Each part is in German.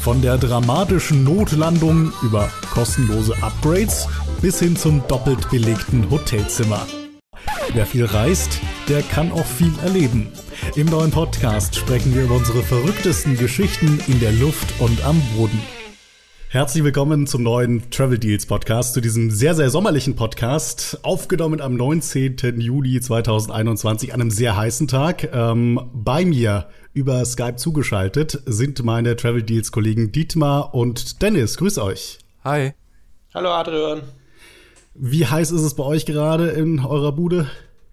Von der dramatischen Notlandung über kostenlose Upgrades bis hin zum doppelt belegten Hotelzimmer. Wer viel reist, der kann auch viel erleben. Im neuen Podcast sprechen wir über unsere verrücktesten Geschichten in der Luft und am Boden. Herzlich willkommen zum neuen Travel Deals Podcast, zu diesem sehr, sehr sommerlichen Podcast, aufgenommen am 19. Juli 2021, an einem sehr heißen Tag. Bei mir über Skype zugeschaltet sind meine Travel Deals Kollegen Dietmar und Dennis. Grüß euch. Hi. Hallo Adrian. Wie heiß ist es bei euch gerade in eurer Bude?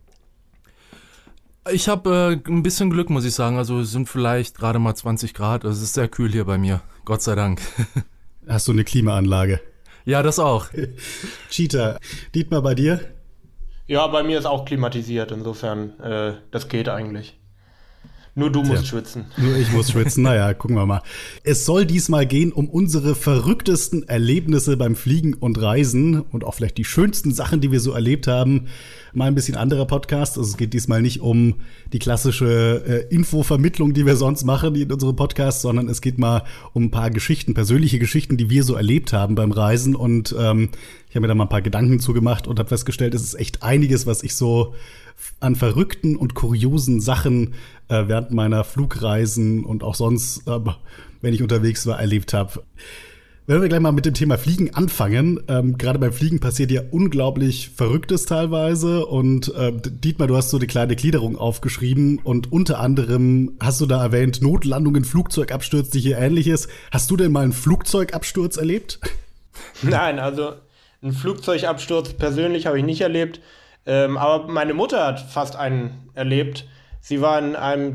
Ich habe ein bisschen Glück, muss ich sagen. Also es sind vielleicht gerade mal 20 Grad. Also es ist sehr kühl hier bei mir. Gott sei Dank. Hast du eine Klimaanlage? Ja, das auch. Cheater. Dietmar, bei dir? Ja, bei mir ist auch klimatisiert. Insofern, das geht eigentlich. Nur du musst schwitzen. Nur ich muss schwitzen. Naja, gucken wir mal. Es soll diesmal gehen um unsere verrücktesten Erlebnisse beim Fliegen und Reisen und auch vielleicht die schönsten Sachen, die wir so erlebt haben. Mal ein bisschen anderer Podcast. Also es geht diesmal nicht um die klassische Infovermittlung, die wir sonst machen in unserem Podcast, sondern es geht mal um ein paar Geschichten, persönliche Geschichten, die wir so erlebt haben beim Reisen. Und ich habe mir da mal ein paar Gedanken zugemacht und habe festgestellt, es ist echt einiges, was ich so an verrückten und kuriosen Sachen während meiner Flugreisen und auch sonst, wenn ich unterwegs war, erlebt habe. Wenn wir gleich mal mit dem Thema Fliegen anfangen, gerade beim Fliegen passiert ja unglaublich Verrücktes teilweise und Dietmar, du hast so eine kleine Gliederung aufgeschrieben und unter anderem hast du da erwähnt, Notlandungen, Flugzeugabstürze, hier Ähnliches. Hast du denn mal einen Flugzeugabsturz erlebt? Nein, also einen Flugzeugabsturz persönlich habe ich nicht erlebt, aber meine Mutter hat fast einen erlebt. Sie war in einem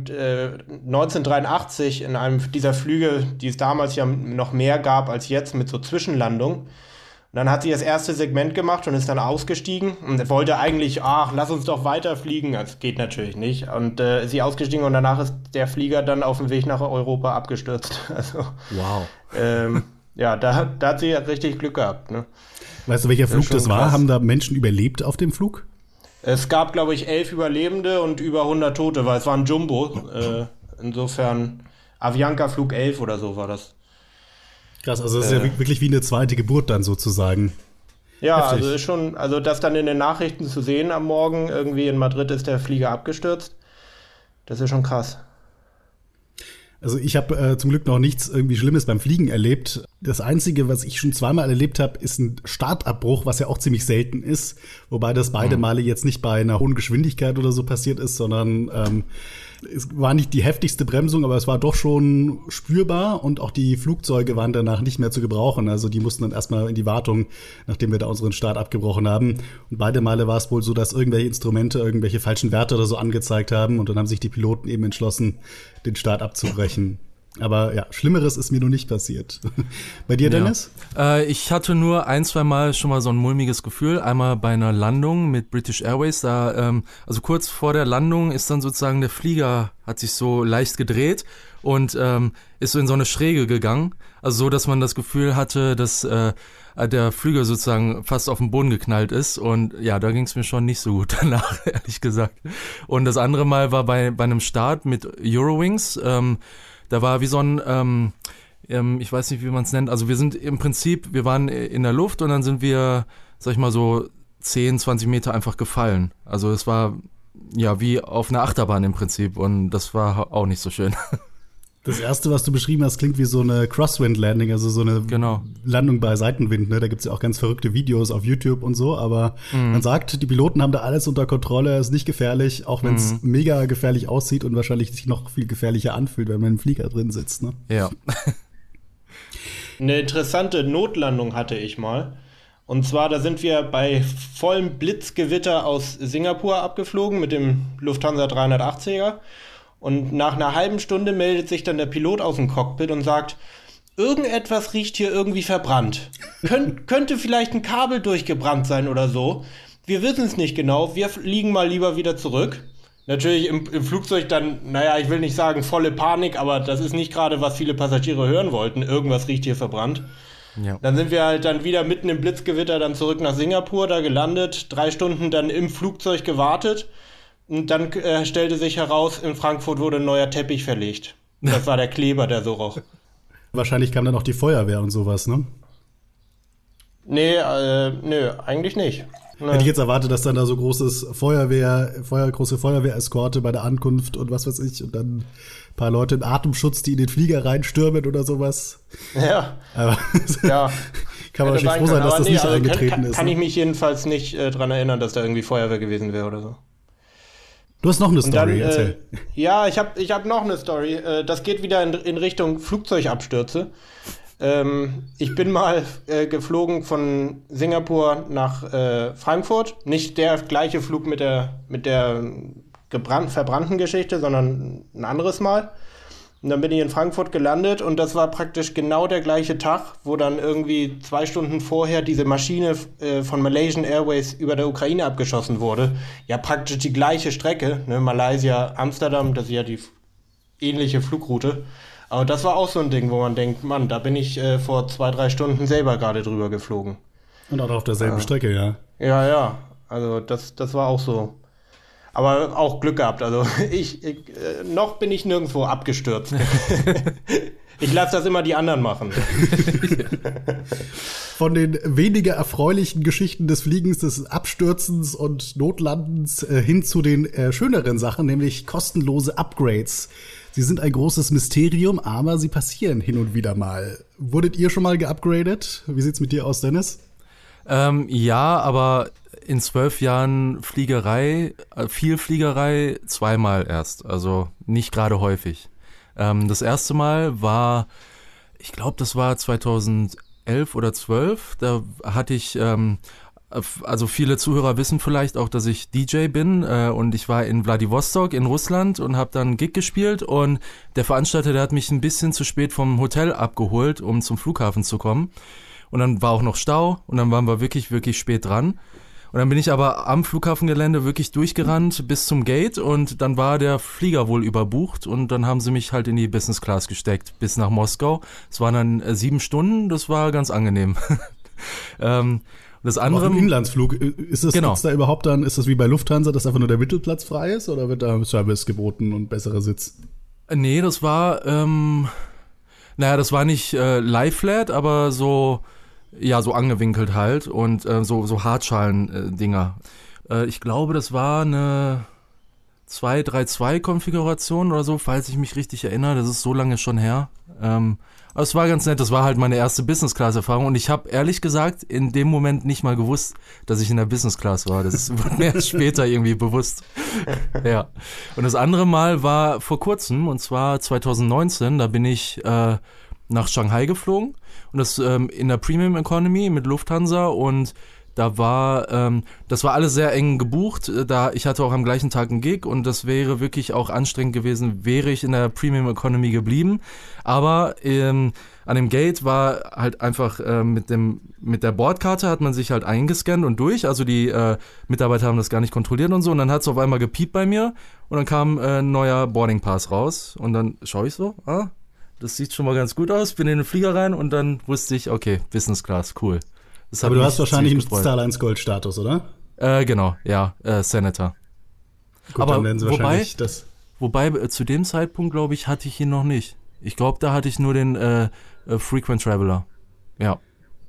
1983 in einem dieser Flüge, die es damals ja noch mehr gab als jetzt, mit so Zwischenlandungen. Und dann hat sie das erste Segment gemacht und ist dann ausgestiegen und wollte eigentlich, lass uns doch weiterfliegen. Das geht natürlich nicht. Und ist sie ausgestiegen und danach ist der Flieger dann auf dem Weg nach Europa abgestürzt. Also, wow. Ja, da hat sie richtig Glück gehabt. Ne? Weißt du, welcher Flug das war? Krass. Haben da Menschen überlebt auf dem Flug? Es gab, glaube ich, 11 Überlebende und über 100 Tote, weil es war ein Jumbo. Insofern Avianca Flug 11 oder so war das. Krass, also das ist ja wirklich wie eine zweite Geburt dann sozusagen. Ja, heftig. Also ist schon, also das dann in den Nachrichten zu sehen am Morgen, irgendwie in Madrid ist der Flieger abgestürzt. Das ist schon krass. Also ich habe zum Glück noch nichts irgendwie Schlimmes beim Fliegen erlebt. Das Einzige, was ich schon zweimal erlebt habe, ist ein Startabbruch, was ja auch ziemlich selten ist. Wobei das beide Male jetzt nicht bei einer hohen Geschwindigkeit oder so passiert ist, sondern es war nicht die heftigste Bremsung, aber es war doch schon spürbar und auch die Flugzeuge waren danach nicht mehr zu gebrauchen. Also die mussten dann erstmal in die Wartung, nachdem wir da unseren Start abgebrochen haben. Und beide Male war es wohl so, dass irgendwelche Instrumente irgendwelche falschen Werte oder so angezeigt haben und dann haben sich die Piloten eben entschlossen, den Start abzubrechen. Aber ja, Schlimmeres ist mir noch nicht passiert. Bei dir, Dennis? Ja. Ich hatte nur 1-2 Mal schon mal so ein mulmiges Gefühl. Einmal bei einer Landung mit British Airways. Da, also kurz vor der Landung ist dann sozusagen der Flieger, hat sich so leicht gedreht und ist so in so eine Schräge gegangen. Also so, dass man das Gefühl hatte, dass der Flüger sozusagen fast auf den Boden geknallt ist. Und ja, da ging es mir schon nicht so gut danach, ehrlich gesagt. Und das andere Mal war bei einem Start mit Eurowings. Da war wie so ein, ich weiß nicht, wie man es nennt, also wir waren in der Luft und dann sind wir, sag ich mal so, 10, 20 Meter einfach gefallen. Also es war ja wie auf einer Achterbahn im Prinzip und das war auch nicht so schön. Das erste, was du beschrieben hast, klingt wie so eine Crosswind-Landing, also so eine Landung bei Seitenwind. Ne? Da gibt's ja auch ganz verrückte Videos auf YouTube und so, aber man sagt, die Piloten haben da alles unter Kontrolle, ist nicht gefährlich, auch wenn es mega gefährlich aussieht und wahrscheinlich sich noch viel gefährlicher anfühlt, wenn man im Flieger drin sitzt. Ne? Ja. Eine interessante Notlandung hatte ich mal. Und zwar, da sind wir bei vollem Blitzgewitter aus Singapur abgeflogen mit dem Lufthansa 380er. Und nach einer halben Stunde meldet sich dann der Pilot aus dem Cockpit und sagt, irgendetwas riecht hier irgendwie verbrannt. Könnte vielleicht ein Kabel durchgebrannt sein oder so. Wir wissen es nicht genau, wir fliegen mal lieber wieder zurück. Natürlich im Flugzeug dann, ich will nicht sagen volle Panik, aber das ist nicht gerade, was viele Passagiere hören wollten. Irgendwas riecht hier verbrannt. Ja. Dann sind wir halt dann wieder mitten im Blitzgewitter dann zurück nach Singapur, da gelandet, 3 Stunden dann im Flugzeug gewartet. Und dann stellte sich heraus, in Frankfurt wurde ein neuer Teppich verlegt. Das war der Kleber, der so roch. Wahrscheinlich kam dann auch die Feuerwehr und sowas, ne? Nee, nö, eigentlich nicht. Nee. Hätte ich jetzt erwartet, dass dann da so große Feuerwehreskorte bei der Ankunft und was weiß ich und dann ein paar Leute im Atemschutz, die in den Flieger reinstürmen oder sowas. Ja. Aber ja. kann man wahrscheinlich froh sein, dass das nicht eingetreten ist. Kann ich mich jedenfalls nicht dran erinnern, dass da irgendwie Feuerwehr gewesen wäre oder so. Du hast noch eine Story, erzähl. Ja, ich hab noch eine Story. Das geht wieder in Richtung Flugzeugabstürze. Ich bin mal geflogen von Singapur nach Frankfurt. Nicht der gleiche Flug mit der verbrannten Geschichte, sondern ein anderes Mal. Und dann bin ich in Frankfurt gelandet und das war praktisch genau der gleiche Tag, wo dann irgendwie 2 Stunden vorher diese Maschine von Malaysian Airways über der Ukraine abgeschossen wurde. Ja, praktisch die gleiche Strecke, ne? Malaysia, Amsterdam, das ist ja die ähnliche Flugroute. Aber das war auch so ein Ding, wo man denkt, Mann, da bin ich vor 2-3 Stunden selber gerade drüber geflogen. Und auch auf derselben Strecke, ja. Ja, also das war auch so. Aber auch Glück gehabt, also noch bin ich nirgendwo abgestürzt. Ich lasse das immer die anderen machen. Von den weniger erfreulichen Geschichten des Fliegens, des Abstürzens und Notlandens hin zu den schöneren Sachen, nämlich kostenlose Upgrades. Sie sind ein großes Mysterium, aber sie passieren hin und wieder mal. Wurdet ihr schon mal geupgradet? Wie sieht's mit dir aus, Dennis? Ja, aber in 12 Jahren Fliegerei, viel Fliegerei, 2-mal erst. Also nicht gerade häufig. Das erste Mal war, ich glaube, das war 2011 oder 12. Da hatte ich, also viele Zuhörer wissen vielleicht auch, dass ich DJ bin und ich war in Wladiwostok in Russland und habe dann einen Gig gespielt und der Veranstalter, der hat mich ein bisschen zu spät vom Hotel abgeholt, um zum Flughafen zu kommen. Und dann war auch noch Stau und dann waren wir wirklich, wirklich spät dran. Und dann bin ich aber am Flughafengelände wirklich durchgerannt bis zum Gate und dann war der Flieger wohl überbucht und dann haben sie mich halt in die Business Class gesteckt bis nach Moskau. Es waren dann 7 Stunden, das war ganz angenehm. Das andere. Auch im Inlandsflug, ist das genau. Da überhaupt dann, ist das wie bei Lufthansa, dass einfach nur der Mittelplatz frei ist oder wird da Service geboten und besserer Sitz? Nee, das war, das war nicht Lie-Flat, aber so, ja, so angewinkelt halt und so Hartschalen-Dinger. Ich glaube, das war eine 2-3-2-Konfiguration oder so, falls ich mich richtig erinnere. Das ist so lange schon her. Aber es war ganz nett, das war halt meine erste Business-Class-Erfahrung und ich habe ehrlich gesagt in dem Moment nicht mal gewusst, dass ich in der Business-Class war. Das wurde mir erst später irgendwie bewusst. Ja. Und das andere Mal war vor kurzem und zwar 2019, da bin ich nach Shanghai geflogen und das in der Premium Economy mit Lufthansa und da war, das war alles sehr eng gebucht, ich hatte auch am gleichen Tag einen Gig und das wäre wirklich auch anstrengend gewesen, wäre ich in der Premium Economy geblieben, aber an dem Gate war halt einfach mit der Bordkarte hat man sich halt eingescannt und durch, also die Mitarbeiter haben das gar nicht kontrolliert und so und dann hat es auf einmal gepiept bei mir und dann kam ein neuer Boarding Pass raus und dann schaue ich so, das sieht schon mal ganz gut aus, bin in den Flieger rein und dann wusste ich, okay, Business Class, cool. Aber du hast wahrscheinlich einen Starlines Gold-Status, oder? Genau, ja, Senator. Gut, aber dann werden sie wahrscheinlich das. Wobei, zu dem Zeitpunkt, glaube ich, hatte ich ihn noch nicht. Ich glaube, da hatte ich nur den Frequent Traveler. Ja.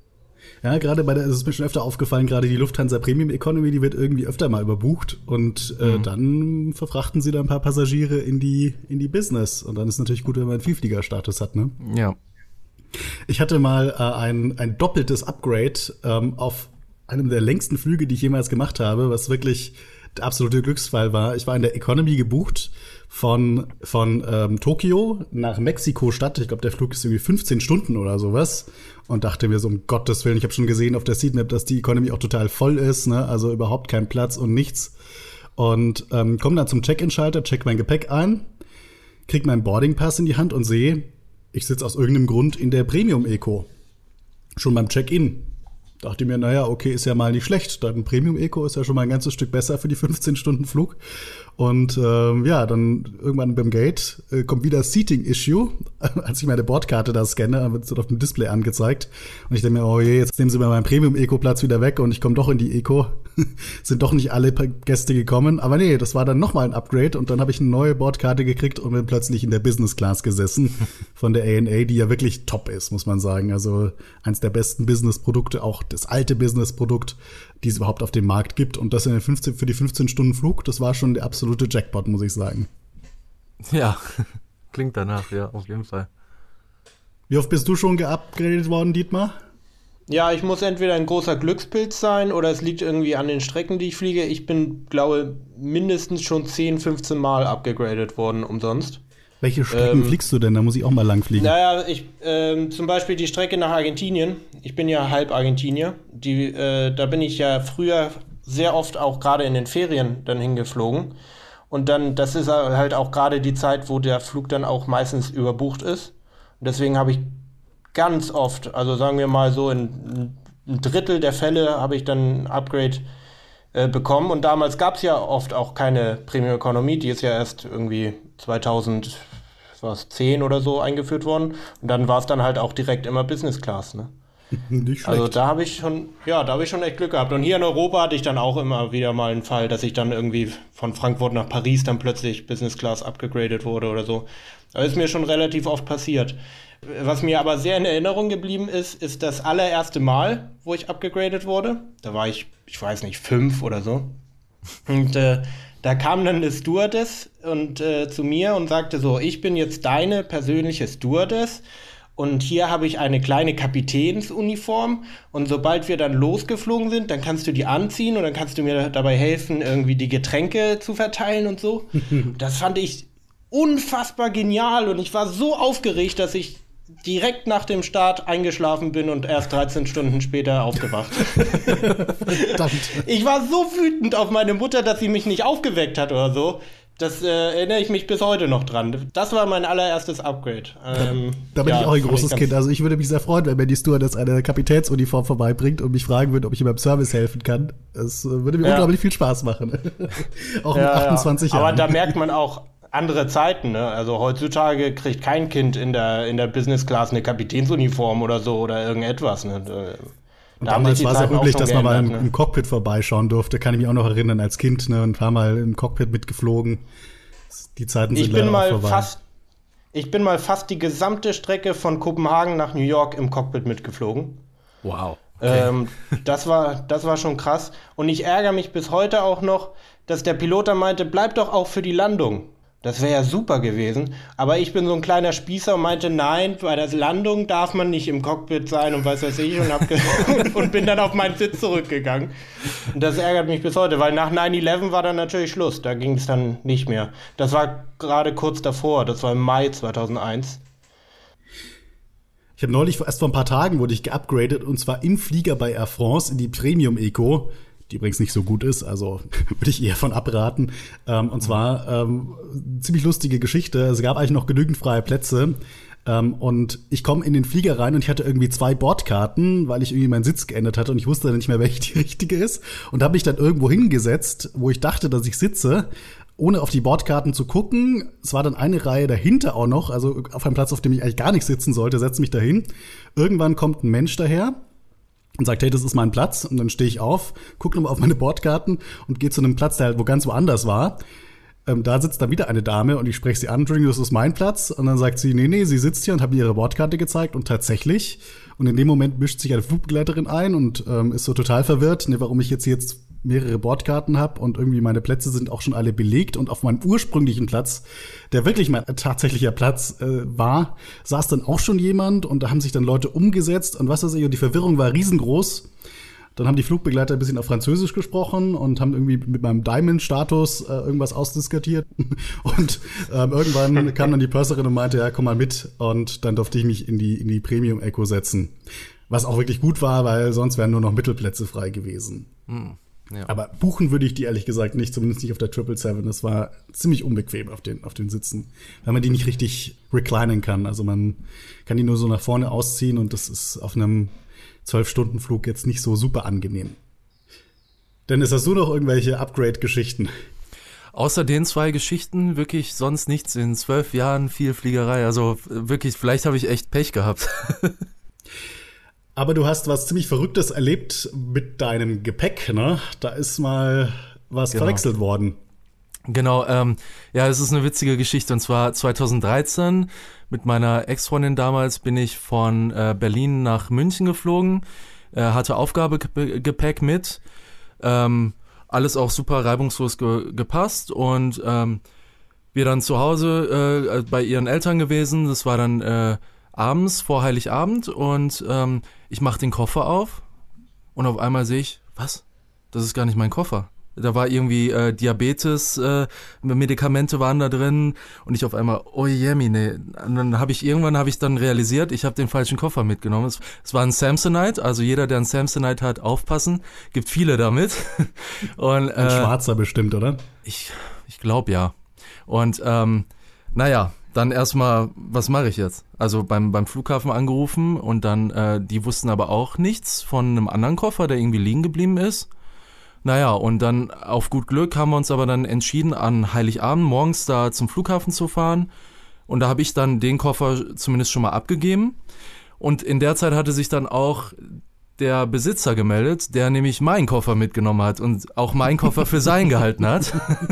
Ja, gerade es ist mir schon öfter aufgefallen, gerade die Lufthansa Premium Economy, die wird irgendwie öfter mal überbucht und dann verfrachten sie da ein paar Passagiere in die Business. Und dann ist natürlich gut, wenn man einen Vielfliegerstatus hat, ne? Ja. Ich hatte mal ein doppeltes Upgrade auf einem der längsten Flüge, die ich jemals gemacht habe, was wirklich der absolute Glücksfall war. Ich war in der Economy gebucht von Tokio nach Mexiko-Stadt. Ich glaube, der Flug ist irgendwie 15 Stunden oder sowas. Und dachte mir so, um Gottes Willen, ich habe schon gesehen auf der Seatmap, dass die Economy auch total voll ist, ne? Also überhaupt kein Platz und nichts. Und komme dann zum Check-in-Schalter, check mein Gepäck ein, krieg meinen Boarding-Pass in die Hand und sehe, ich sitze aus irgendeinem Grund in der Premium-Eco. Schon beim Check-in. Dachte mir, naja, okay, ist ja mal nicht schlecht. Dann Premium-Eco ist ja schon mal ein ganzes Stück besser für die 15-Stunden-Flug. Und dann irgendwann beim Gate kommt wieder Seating-Issue. Als ich meine Bordkarte da scanne, wird es auf dem Display angezeigt. Und ich denke mir, oh je, jetzt nehmen sie mir meinen Premium-Eco-Platz wieder weg und ich komme doch in die Eco. sind doch nicht alle Gäste gekommen. Aber nee, das war dann nochmal ein Upgrade und dann habe ich eine neue Bordkarte gekriegt und bin plötzlich in der Business Class gesessen von der A&A, die ja wirklich top ist, muss man sagen. Also eins der besten Business-Produkte, auch das alte Business-Produkt, die es überhaupt auf dem Markt gibt. Und das für die 15-Stunden-Flug, das war schon der absolute Jackpot, muss ich sagen. Ja, klingt danach, ja, auf jeden Fall. Wie oft bist du schon geupgradet worden, Dietmar? Ja, ich muss entweder ein großer Glückspilz sein oder es liegt irgendwie an den Strecken, die ich fliege. Ich bin, glaube mindestens schon 10, 15 Mal abgegradet worden umsonst. Welche Strecken fliegst du denn? Da muss ich auch mal lang fliegen. Naja, zum Beispiel die Strecke nach Argentinien. Ich bin ja halb Argentinier. Da bin ich ja früher sehr oft auch gerade in den Ferien dann hingeflogen. Und dann, das ist halt auch gerade die Zeit, wo der Flug dann auch meistens überbucht ist. Und deswegen habe ich ganz oft, also sagen wir mal so in ein Drittel der Fälle habe ich dann ein Upgrade bekommen. Und damals gab es ja oft auch keine Premium Economy, die ist ja erst irgendwie 2010 oder so eingeführt worden. Und dann war es dann halt auch direkt immer Business Class, ne? Nicht schlecht. Also da habe ich schon echt Glück gehabt. Und hier in Europa hatte ich dann auch immer wieder mal einen Fall, dass ich dann irgendwie von Frankfurt nach Paris dann plötzlich Business Class abgegradet wurde oder so. Das ist mir schon relativ oft passiert. Was mir aber sehr in Erinnerung geblieben ist das allererste Mal, wo ich abgegradet wurde. Da war ich weiß nicht, 5 oder so. Und da kam dann eine Stewardess zu mir und sagte so, ich bin jetzt deine persönliche Stewardess und hier habe ich eine kleine Kapitänsuniform und sobald wir dann losgeflogen sind, dann kannst du die anziehen und dann kannst du mir dabei helfen, irgendwie die Getränke zu verteilen und so. Das fand ich unfassbar genial und ich war so aufgeregt, dass ich direkt nach dem Start eingeschlafen bin und erst 13 Stunden später aufgewacht. Ich war so wütend auf meine Mutter, dass sie mich nicht aufgeweckt hat oder so. Das erinnere ich mich bis heute noch dran. Das war mein allererstes Upgrade. Da bin ich auch ein großes Kind. Also ich würde mich sehr freuen, wenn mir die Stewardess eine Kapitänsuniform vorbeibringt und mich fragen würde, ob ich ihm beim Service helfen kann. Das würde mir unglaublich viel Spaß machen. Auch mit 28 Jahren. Aber da merkt man auch andere Zeiten, ne? Also heutzutage kriegt kein Kind in der Business Class eine Kapitänsuniform oder so oder irgendetwas, ne? Und damals war es auch üblich, dass man mal im Cockpit vorbeischauen durfte. Kann ich mich auch noch erinnern als Kind, ne? Und war mal im Cockpit mitgeflogen. Die Zeiten sind leider auch vorbei. Ich bin mal fast die gesamte Strecke von Kopenhagen nach New York im Cockpit mitgeflogen. Wow. Okay. Das war schon krass. Und ich ärgere mich bis heute auch noch, dass der Pilot dann meinte, bleib doch auch für die Landung. Das wäre ja super gewesen. Aber ich bin so ein kleiner Spießer und meinte, nein, bei der Landung darf man nicht im Cockpit sein und weiß was ich und bin dann auf meinen Sitz zurückgegangen. Und das ärgert mich bis heute, weil nach 9/11 war dann natürlich Schluss. Da ging es dann nicht mehr. Das war gerade kurz davor. Das war im Mai 2001. Ich habe neulich, erst vor ein paar Tagen, wurde ich geupgradet und zwar im Flieger bei Air France in die Premium Eco, die übrigens nicht so gut ist, also würde ich eher von abraten. Und zwar ziemlich lustige Geschichte. Es gab eigentlich noch genügend freie Plätze. Und ich komme in den Flieger rein und ich hatte irgendwie 2 Bordkarten, weil ich irgendwie meinen Sitz geändert hatte und ich wusste dann nicht mehr, welche die richtige ist. Und da habe ich dann irgendwo hingesetzt, wo ich dachte, dass ich sitze, ohne auf die Bordkarten zu gucken. Es war dann eine Reihe dahinter auch noch, also auf einem Platz, auf dem ich eigentlich gar nicht sitzen sollte, setze mich dahin. Irgendwann kommt ein Mensch daher und sagt, hey, das ist mein Platz. Und dann stehe ich auf, gucke nochmal auf meine Bordkarten und gehe zu einem Platz, der halt wo ganz woanders war. Da sitzt dann wieder eine Dame und ich spreche sie an, Entschuldigung, das ist mein Platz. Und dann sagt sie, nee, sie sitzt hier und hat mir ihre Bordkarte gezeigt. Und tatsächlich, und in dem Moment mischt sich eine Flugbegleiterin ein und ist so total verwirrt, warum ich jetzt mehrere Bordkarten habe und irgendwie meine Plätze sind auch schon alle belegt. Und auf meinem ursprünglichen Platz, der wirklich mein tatsächlicher Platz war, saß dann auch schon jemand und da haben sich dann Leute umgesetzt und was weiß ich. Und die Verwirrung war riesengroß. Dann haben die Flugbegleiter ein bisschen auf Französisch gesprochen und haben irgendwie mit meinem Diamond-Status irgendwas ausdiskutiert. Und irgendwann kam dann die Purserin und meinte, ja, komm mal mit. Und dann durfte ich mich in die Premium-Echo setzen. Was auch wirklich gut war, weil sonst wären nur noch Mittelplätze frei gewesen. Ja. Aber buchen würde ich die ehrlich gesagt nicht, zumindest nicht auf der 777. Das war ziemlich unbequem auf den Sitzen, weil man die nicht richtig reclinen kann. Also man kann die nur so nach vorne ausziehen und das ist auf einem 12-Stunden-Flug jetzt nicht so super angenehm. Dennis, hast du noch irgendwelche Upgrade-Geschichten? Außer den 2 Geschichten wirklich sonst nichts. In 12 Jahren viel Fliegerei. Also wirklich, vielleicht habe ich echt Pech gehabt. Aber du hast was ziemlich Verrücktes erlebt mit deinem Gepäck, ne? Da ist mal was verwechselt worden. Genau, ja, es ist eine witzige Geschichte. Und zwar 2013 mit meiner Ex-Freundin damals bin ich von Berlin nach München geflogen, hatte Aufgabegepäck mit, alles auch super reibungslos gepasst und wir dann zu Hause bei ihren Eltern gewesen. Das war dann abends vor Heiligabend und ich mache den Koffer auf und auf einmal sehe ich, was? Das ist gar nicht mein Koffer. Da war irgendwie Diabetes, Medikamente waren da drin und ich auf einmal, oh jemine. Und dann habe ich dann realisiert, ich habe den falschen Koffer mitgenommen. Es war ein Samsonite, also jeder, der ein Samsonite hat, aufpassen. Gibt viele damit. Und, ein schwarzer bestimmt, oder? Ich glaube ja. Und naja, dann erstmal, was mache ich jetzt? Also beim Flughafen angerufen und dann, die wussten aber auch nichts von einem anderen Koffer, der irgendwie liegen geblieben ist. Naja, und dann auf gut Glück haben wir uns aber dann entschieden, an Heiligabend morgens da zum Flughafen zu fahren. Und da habe ich dann den Koffer zumindest schon mal abgegeben. Und in der Zeit hatte sich dann auch der Besitzer gemeldet, der nämlich meinen Koffer mitgenommen hat und auch meinen Koffer für seinen gehalten hat.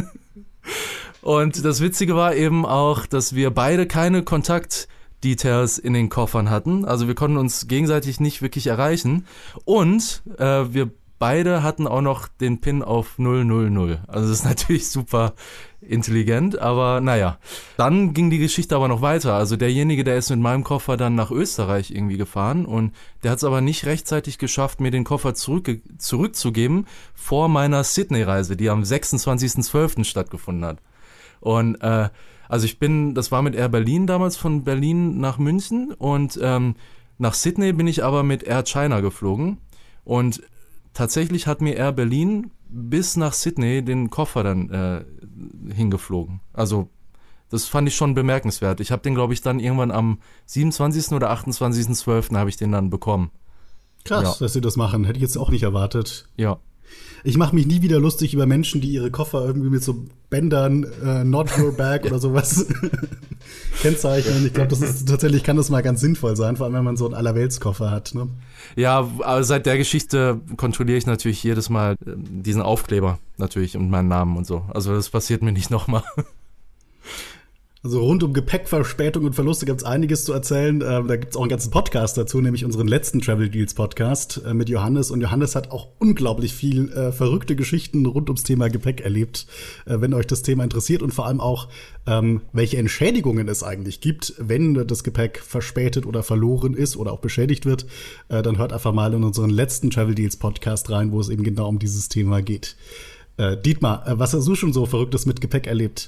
Und das Witzige war eben auch, dass wir beide keine Kontaktdetails in den Koffern hatten. Also wir konnten uns gegenseitig nicht wirklich erreichen. Und wir beide hatten auch noch den PIN auf 000. Also das ist natürlich super intelligent, aber naja. Dann ging die Geschichte aber noch weiter. Also derjenige, der ist mit meinem Koffer dann nach Österreich irgendwie gefahren und der hat es aber nicht rechtzeitig geschafft, mir den Koffer zurückzugeben vor meiner Sydney-Reise, die am 26.12. stattgefunden hat. Und also das war mit Air Berlin damals von Berlin nach München und nach Sydney bin ich aber mit Air China geflogen und tatsächlich hat mir Air Berlin bis nach Sydney den Koffer dann hingeflogen. Also das fand ich schon bemerkenswert. Ich habe den, glaube ich, dann irgendwann am 27. oder 28.12. habe ich den dann bekommen. Krass, ja. Dass sie das machen. Hätte ich jetzt auch nicht erwartet. Ja. Ich mache mich nie wieder lustig über Menschen, die ihre Koffer irgendwie mit so Bändern, not your bag oder sowas kennzeichnen. Ich glaube, das ist tatsächlich, kann das mal ganz sinnvoll sein, vor allem wenn man so einen Allerweltskoffer hat. Ne? Ja, aber seit der Geschichte kontrolliere ich natürlich jedes Mal diesen Aufkleber natürlich und meinen Namen und so. Also das passiert mir nicht nochmal. Also rund um Gepäckverspätung und Verluste gibt's einiges zu erzählen. Da gibt's auch einen ganzen Podcast dazu, nämlich unseren letzten Travel Deals Podcast mit Johannes. Und Johannes hat auch unglaublich viel verrückte Geschichten rund ums Thema Gepäck erlebt, wenn euch das Thema interessiert. Und vor allem auch, welche Entschädigungen es eigentlich gibt, wenn das Gepäck verspätet oder verloren ist oder auch beschädigt wird. Dann hört einfach mal in unseren letzten Travel Deals Podcast rein, wo es eben genau um dieses Thema geht. Dietmar, was hast du schon so Verrücktes mit Gepäck erlebt?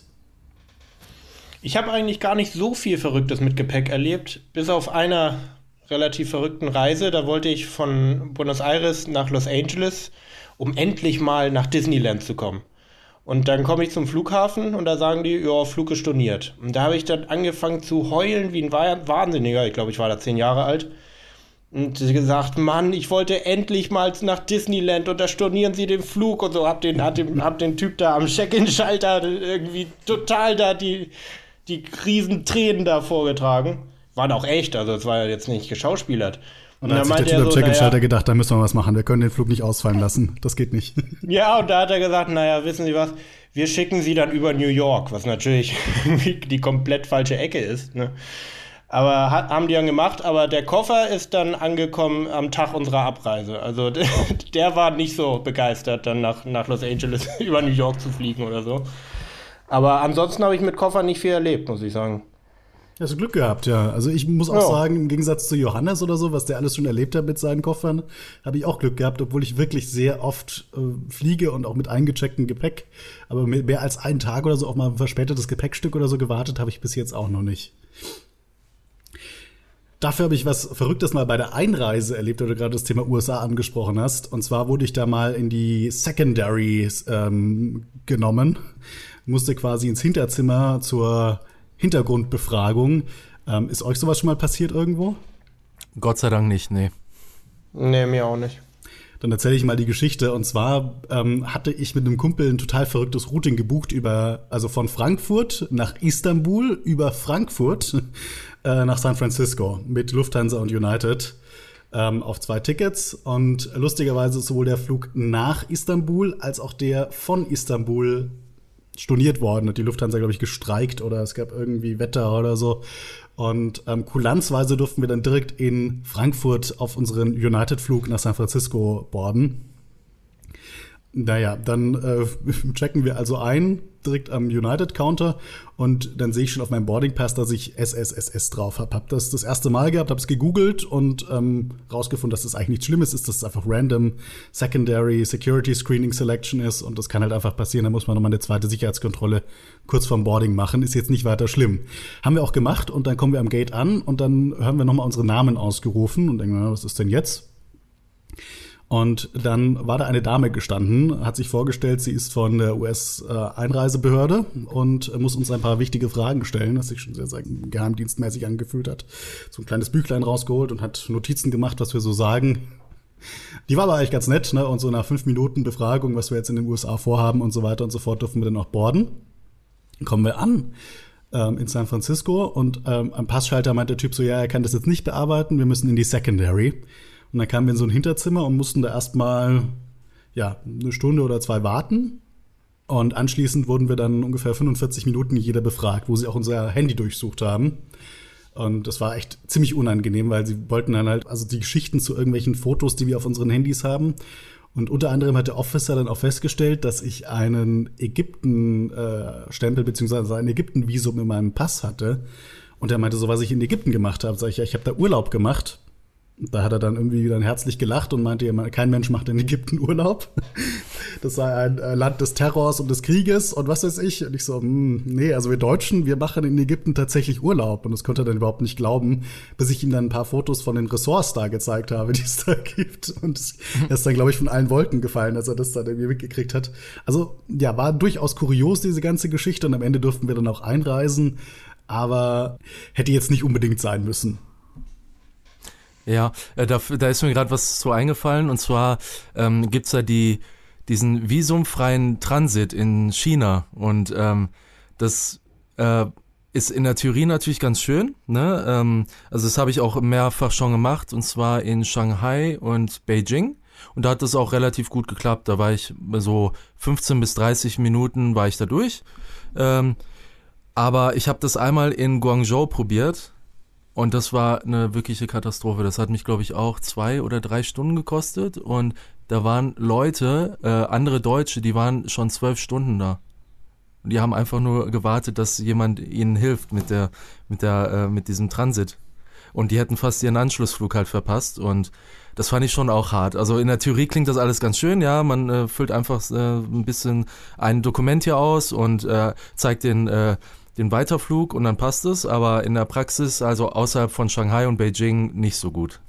Ich habe eigentlich gar nicht so viel Verrücktes mit Gepäck erlebt, bis auf einer relativ verrückten Reise. Da wollte ich von Buenos Aires nach Los Angeles, um endlich mal nach Disneyland zu kommen. Und dann komme ich zum Flughafen und da sagen die, ja, Flug ist storniert. Und da habe ich dann angefangen zu heulen wie ein Wahnsinniger. Ich glaube, ich war da 10 Jahre alt. Und gesagt, Mann, ich wollte endlich mal nach Disneyland und da stornieren sie den Flug und so. Hab den Typ da am Check-in-Schalter irgendwie total da die riesen Tränen da vorgetragen. Waren auch echt, also es war ja jetzt nicht geschauspielert. Und dann hat sich der Typ am Check-in-Schalter gedacht, da müssen wir was machen, wir können den Flug nicht ausfallen lassen, das geht nicht. Ja, und da hat er gesagt, naja, wissen Sie was, wir schicken Sie dann über New York, was natürlich die komplett falsche Ecke ist, ne? Aber haben die dann gemacht, aber der Koffer ist dann angekommen am Tag unserer Abreise. Also der war nicht so begeistert, dann nach Los Angeles über New York zu fliegen oder so. Aber ansonsten habe ich mit Koffer nicht viel erlebt, muss ich sagen. Hast du Glück gehabt, ja. Also ich muss auch sagen, im Gegensatz zu Johannes oder so, was der alles schon erlebt hat mit seinen Koffern, habe ich auch Glück gehabt, obwohl ich wirklich sehr oft fliege und auch mit eingechecktem Gepäck. Aber mehr als einen Tag oder so auf mal ein verspätetes Gepäckstück oder so gewartet habe ich bis jetzt auch noch nicht. Dafür habe ich was Verrücktes mal bei der Einreise erlebt, weil du gerade das Thema USA angesprochen hast. Und zwar wurde ich da mal in die Secondaries genommen, musste quasi ins Hinterzimmer zur Hintergrundbefragung. Ist euch sowas schon mal passiert irgendwo? Gott sei Dank nicht, nee. Nee, mir auch nicht. Dann erzähle ich mal die Geschichte. Und zwar hatte ich mit einem Kumpel ein total verrücktes Routing gebucht also von Frankfurt nach Istanbul, über Frankfurt nach San Francisco mit Lufthansa und United. auf 2 Tickets. Und lustigerweise ist sowohl der Flug nach Istanbul als auch der von Istanbul storniert worden. Hat die Lufthansa, glaube ich, gestreikt oder es gab irgendwie Wetter oder so. Und kulanzweise durften wir dann direkt in Frankfurt auf unseren United-Flug nach San Francisco boarden. Naja, dann checken wir also ein, direkt am United-Counter und dann sehe ich schon auf meinem Boarding Pass, dass ich SSSS drauf habe. Hab das erste Mal gehabt, habe es gegoogelt und rausgefunden, dass das eigentlich nichts Schlimmes ist, dass es einfach random Secondary Security Screening Selection ist und das kann halt einfach passieren. Da muss man nochmal eine zweite Sicherheitskontrolle kurz vorm Boarding machen. Ist jetzt nicht weiter schlimm. Haben wir auch gemacht und dann kommen wir am Gate an und dann hören wir nochmal unsere Namen ausgerufen und denken, was ist denn jetzt? Und dann war da eine Dame gestanden, hat sich vorgestellt, sie ist von der US-Einreisebehörde und muss uns ein paar wichtige Fragen stellen, das sich schon sehr, sehr geheimdienstmäßig angefühlt hat. So ein kleines Büchlein rausgeholt und hat Notizen gemacht, was wir so sagen. Die war aber eigentlich ganz nett, ne? Und so nach 5 Minuten Befragung, was wir jetzt in den USA vorhaben und so weiter und so fort, dürfen wir dann auch boarden. Dann kommen wir an in San Francisco und am Passschalter meint der Typ so, ja, er kann das jetzt nicht bearbeiten, wir müssen in die Secondary. Und dann kamen wir in so ein Hinterzimmer und mussten da erstmal eine Stunde oder 2 warten. Und anschließend wurden wir dann ungefähr 45 Minuten jeder befragt, wo sie auch unser Handy durchsucht haben. Und das war echt ziemlich unangenehm, weil sie wollten dann halt also die Geschichten zu irgendwelchen Fotos, die wir auf unseren Handys haben. Und unter anderem hat der Officer dann auch festgestellt, dass ich einen Ägypten-Stempel beziehungsweise ein Ägypten-Visum in meinem Pass hatte. Und er meinte so, was ich in Ägypten gemacht habe. Sag ich, ja, ich habe da Urlaub gemacht. Da hat er dann irgendwie dann herzlich gelacht und meinte, kein Mensch macht in Ägypten Urlaub. Das sei ein Land des Terrors und des Krieges und was weiß ich. Und ich so, nee, also wir Deutschen, wir machen in Ägypten tatsächlich Urlaub. Und das konnte er dann überhaupt nicht glauben, bis ich ihm dann ein paar Fotos von den Ressorts da gezeigt habe, die es da gibt. Und er ist dann, glaube ich, von allen Wolken gefallen, als er das dann irgendwie mitgekriegt hat. Also ja, war durchaus kurios, diese ganze Geschichte. Und am Ende durften wir dann auch einreisen. Aber hätte jetzt nicht unbedingt sein müssen. Ja, da ist mir gerade was so eingefallen und zwar gibt's da diesen visumfreien Transit in China und das ist in der Theorie natürlich ganz schön, ne? Also das habe ich auch mehrfach schon gemacht und zwar in Shanghai und Beijing und da hat das auch relativ gut geklappt, da war ich so 15 bis 30 Minuten war ich da durch, aber ich habe das einmal in Guangzhou probiert. Und das war eine wirkliche Katastrophe. Das hat mich, glaube ich, auch 2 oder 3 Stunden gekostet. Und da waren Leute, andere Deutsche, die waren schon 12 Stunden da. Und die haben einfach nur gewartet, dass jemand ihnen hilft mit diesem Transit. Und die hätten fast ihren Anschlussflug halt verpasst. Und das fand ich schon auch hart. Also in der Theorie klingt das alles ganz schön. Ja, man füllt einfach ein bisschen ein Dokument hier aus und zeigt den Weiterflug und dann passt es, aber in der Praxis, also außerhalb von Shanghai und Beijing, nicht so gut.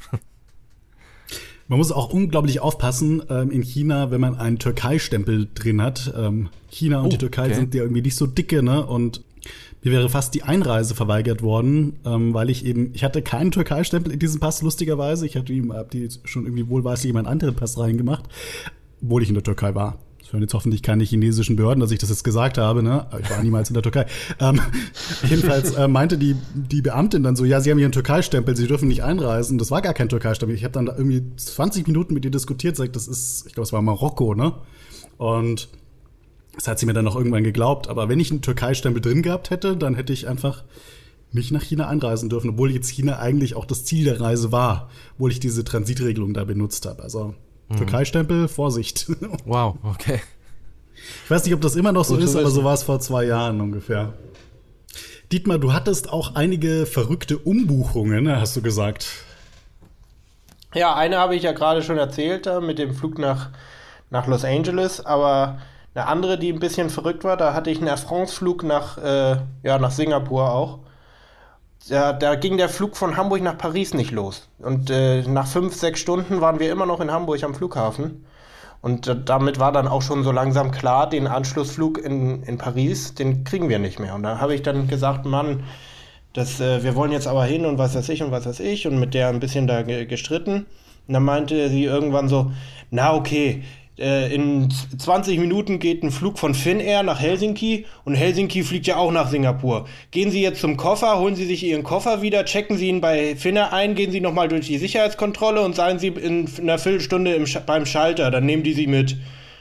Man muss auch unglaublich aufpassen in China, wenn man einen Türkei-Stempel drin hat. China und die Türkei sind ja irgendwie nicht so dicke, ne? Und mir wäre fast die Einreise verweigert worden, weil ich hatte keinen Türkei-Stempel in diesem Pass, lustigerweise. Ich hab die schon irgendwie wohlweislich in meinen anderen Pass reingemacht, obwohl ich in der Türkei war. Das hören jetzt hoffentlich keine chinesischen Behörden, dass ich das jetzt gesagt habe, ne? Ich war niemals in der Türkei. Jedenfalls meinte die Beamtin dann so, ja, Sie haben hier einen Türkei-Stempel, Sie dürfen nicht einreisen. Das war gar kein Türkei-Stempel. Ich habe dann da irgendwie 20 Minuten mit ihr diskutiert, sagt, ich glaube, es war Marokko, ne? Und das hat sie mir dann noch irgendwann geglaubt. Aber wenn ich einen Türkei-Stempel drin gehabt hätte, dann hätte ich einfach nicht nach China einreisen dürfen, obwohl jetzt China eigentlich auch das Ziel der Reise war, obwohl ich diese Transitregelung da benutzt habe. Also Türkei-Stempel, Vorsicht. Wow, okay. Ich weiß nicht, ob das immer noch so ist, aber so war es vor 2 Jahren ungefähr. Dietmar, du hattest auch einige verrückte Umbuchungen, hast du gesagt. Ja, eine habe ich ja gerade schon erzählt, mit dem Flug nach Los Angeles, aber eine andere, die ein bisschen verrückt war, da hatte ich einen Air France-Flug nach Singapur auch. Da ging der Flug von Hamburg nach Paris nicht los. Und nach 5-6 Stunden waren wir immer noch in Hamburg am Flughafen. Und damit war dann auch schon so langsam klar, den Anschlussflug in Paris, den kriegen wir nicht mehr. Und da habe ich dann gesagt, Mann, wir wollen jetzt aber hin und was weiß ich. Und mit der ein bisschen da gestritten. Und dann meinte sie irgendwann so, na okay, in 20 Minuten geht ein Flug von Finnair nach Helsinki und Helsinki fliegt ja auch nach Singapur. Gehen Sie jetzt zum Koffer, holen Sie sich Ihren Koffer wieder, checken Sie ihn bei Finnair ein, gehen Sie nochmal durch die Sicherheitskontrolle und seien Sie in einer Viertelstunde beim Schalter, dann nehmen die Sie mit.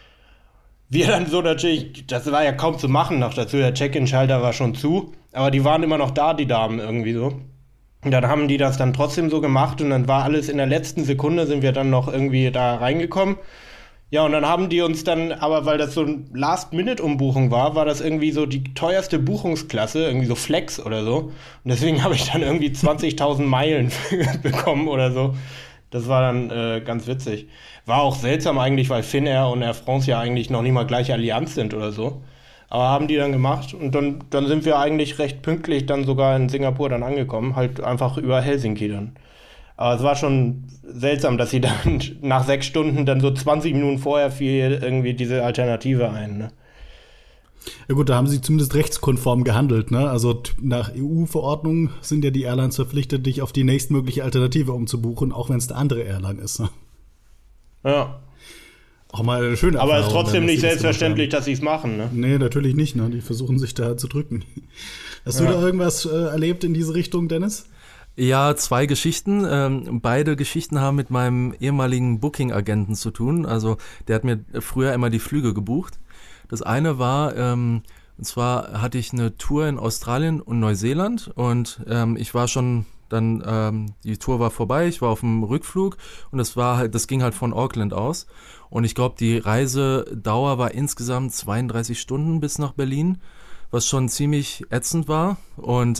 Wir dann so natürlich, das war ja kaum zu machen noch dazu, der Check-in-Schalter war schon zu, aber die waren immer noch da, die Damen irgendwie so. Und dann haben die das dann trotzdem so gemacht und dann war alles in der letzten Sekunde, sind wir dann noch irgendwie da reingekommen. Ja, und dann haben die uns dann, aber weil das so eine Last-Minute-Umbuchung war das irgendwie so die teuerste Buchungsklasse, irgendwie so Flex oder so. Und deswegen habe ich dann irgendwie 20.000 Meilen bekommen oder so. Das war dann ganz witzig. War auch seltsam eigentlich, weil Finnair und Air France ja eigentlich noch nicht mal gleiche Allianz sind oder so. Aber haben die dann gemacht und dann sind wir eigentlich recht pünktlich dann sogar in Singapur dann angekommen, halt einfach über Helsinki dann. Aber es war schon seltsam, dass sie dann nach 6 Stunden dann so 20 Minuten vorher fiel irgendwie diese Alternative ein, ne? Ja gut, da haben sie zumindest rechtskonform gehandelt, ne? Also nach EU-Verordnung sind ja die Airlines verpflichtet, dich auf die nächstmögliche Alternative umzubuchen, auch wenn es eine andere Airline ist, ne? Ja. Auch mal eine schöne Erfahrung. Aber es ist trotzdem nicht selbstverständlich, dass sie es machen, ne? Nee, natürlich nicht, ne? Die versuchen sich da zu drücken. Hast du da irgendwas erlebt in diese Richtung, Dennis? Ja, 2 Geschichten. Beide Geschichten haben mit meinem ehemaligen Booking-Agenten zu tun. Also der hat mir früher immer die Flüge gebucht. Das eine war, und zwar hatte ich eine Tour in Australien und Neuseeland und ich war schon dann, die Tour war vorbei, ich war auf dem Rückflug und das ging halt von Auckland aus. Und ich glaube, die Reisedauer war insgesamt 32 Stunden bis nach Berlin, was schon ziemlich ätzend war. Und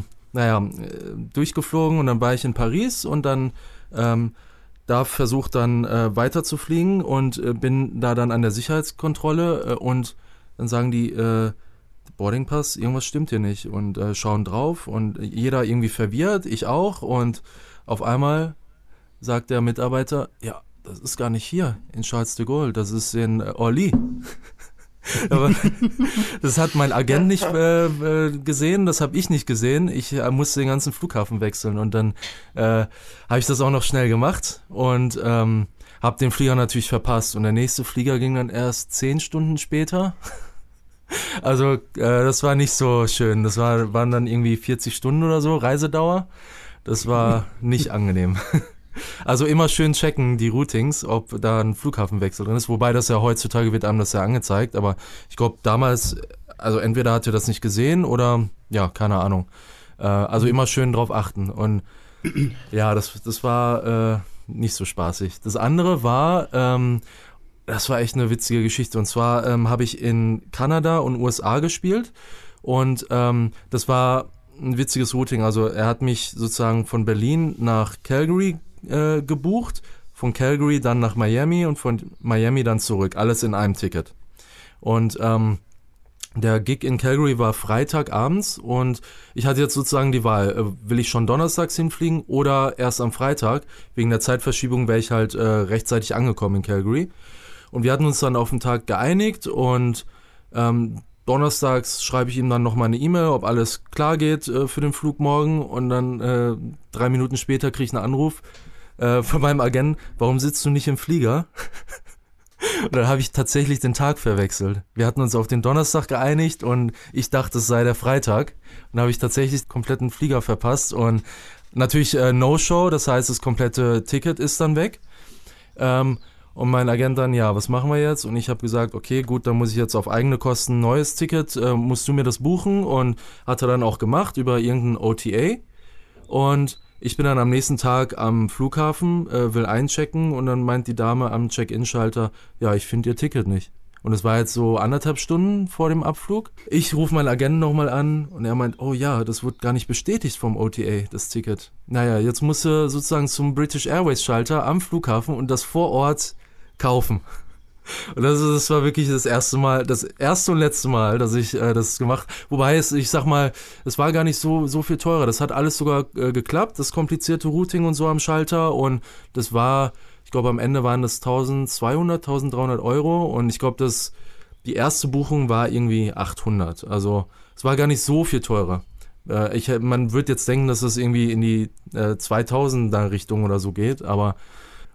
durchgeflogen und dann war ich in Paris und dann da versucht dann weiter zu fliegen und bin da dann an der Sicherheitskontrolle und dann sagen die Boardingpass, irgendwas stimmt hier nicht und schauen drauf und jeder irgendwie verwirrt, ich auch und auf einmal sagt der Mitarbeiter, ja, das ist gar nicht hier in Charles de Gaulle, das ist in Orly. Aber das hat mein Agent nicht gesehen, das habe ich nicht gesehen. Ich musste den ganzen Flughafen wechseln und dann habe ich das auch noch schnell gemacht und habe den Flieger natürlich verpasst. Und der nächste Flieger ging dann erst 10 Stunden später. Also das war nicht so schön. Das waren dann irgendwie 40 Stunden oder so Reisedauer. Das war nicht angenehm. Also immer schön checken, die Routings, ob da ein Flughafenwechsel drin ist, wobei das ja heutzutage wird einem das ja angezeigt, aber ich glaube damals, also entweder hat er das nicht gesehen oder, ja, keine Ahnung. Also immer schön drauf achten und ja, das war nicht so spaßig. Das andere war, das war echt eine witzige Geschichte und zwar habe ich in Kanada und USA gespielt und das war ein witziges Routing, also er hat mich sozusagen von Berlin nach Calgary gebucht, von Calgary dann nach Miami und von Miami dann zurück, alles in einem Ticket. Und der Gig in Calgary war Freitagabends und ich hatte jetzt sozusagen die Wahl, will ich schon donnerstags hinfliegen oder erst am Freitag, wegen der Zeitverschiebung wäre ich halt rechtzeitig angekommen in Calgary. Und wir hatten uns dann auf den Tag geeinigt und donnerstags schreibe ich ihm dann nochmal eine E-Mail, ob alles klar geht für den Flug morgen und dann 3 Minuten später kriege ich einen Anruf von meinem Agenten, warum sitzt du nicht im Flieger? Und dann habe ich tatsächlich den Tag verwechselt. Wir hatten uns auf den Donnerstag geeinigt und ich dachte, es sei der Freitag. Und dann habe ich tatsächlich den kompletten Flieger verpasst und natürlich No-Show, das heißt, das komplette Ticket ist dann weg. Und mein Agent dann, ja, was machen wir jetzt? Und ich habe gesagt, okay, gut, dann muss ich jetzt auf eigene Kosten ein neues Ticket, musst du mir das buchen? Und hat er dann auch gemacht über irgendein OTA. Und ich bin dann am nächsten Tag am Flughafen, will einchecken und dann meint die Dame am Check-in-Schalter, ja, ich finde ihr Ticket nicht. Und es war jetzt so 1,5 Stunden vor dem Abflug. Ich rufe meinen Agenten nochmal an und er meint, oh ja, das wird gar nicht bestätigt vom OTA, das Ticket. Naja, jetzt musst du sozusagen zum British Airways Schalter am Flughafen und das vor Ort kaufen. Und das war wirklich das erste und letzte Mal, dass ich das gemacht. Wobei ich sag mal, es war gar nicht so viel teurer. Das hat alles sogar geklappt, das komplizierte Routing und so am Schalter. Und das war, ich glaube, am Ende waren das 1.200, 1.300 Euro. Und ich glaube, die erste Buchung war irgendwie 800. Also es war gar nicht so viel teurer. Man wird jetzt denken, dass es irgendwie in die 2000er Richtung oder so geht, aber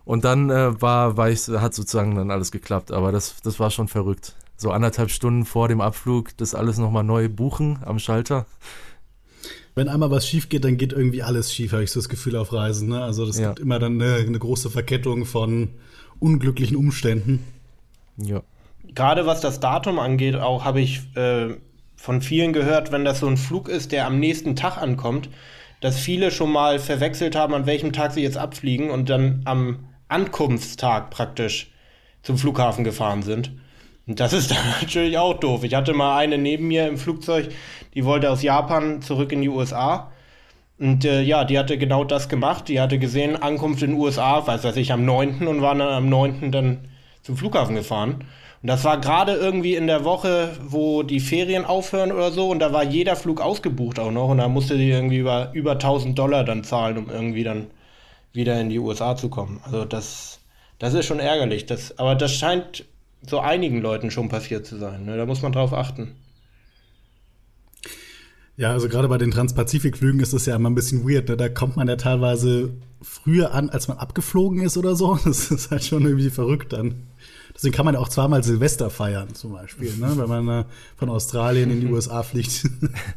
Und dann hat sozusagen dann alles geklappt, aber das war schon verrückt. So 1,5 Stunden vor dem Abflug, das alles nochmal neu buchen am Schalter. Wenn einmal was schief geht, dann geht irgendwie alles schief, habe ich so das Gefühl auf Reisen. Ne? Also das gibt immer dann eine große Verkettung von unglücklichen Umständen. Ja. Gerade was das Datum angeht, auch habe ich von vielen gehört, wenn das so ein Flug ist, der am nächsten Tag ankommt, dass viele schon mal verwechselt haben, an welchem Tag sie jetzt abfliegen und dann am Ankunftstag praktisch zum Flughafen gefahren sind. Und das ist dann natürlich auch doof. Ich hatte mal eine neben mir im Flugzeug, die wollte aus Japan zurück in die USA. Und die hatte genau das gemacht. Die hatte gesehen, Ankunft in den USA, weiß ich, am 9. und war dann am 9. dann zum Flughafen gefahren. Und das war gerade irgendwie in der Woche, wo die Ferien aufhören oder so. Und da war jeder Flug ausgebucht auch noch. Und da musste die irgendwie über $1.000 dann zahlen, um irgendwie dann wieder in die USA zu kommen. Also das ist schon ärgerlich. Aber das scheint so einigen Leuten schon passiert zu sein. Ne? Da muss man drauf achten. Ja, also gerade bei den Transpazifikflügen ist das ja immer ein bisschen weird. Ne? Da kommt man ja teilweise früher an, als man abgeflogen ist oder so. Das ist halt schon irgendwie verrückt dann. Deswegen kann man ja auch zweimal Silvester feiern zum Beispiel, ne? Wenn man von Australien in die USA fliegt.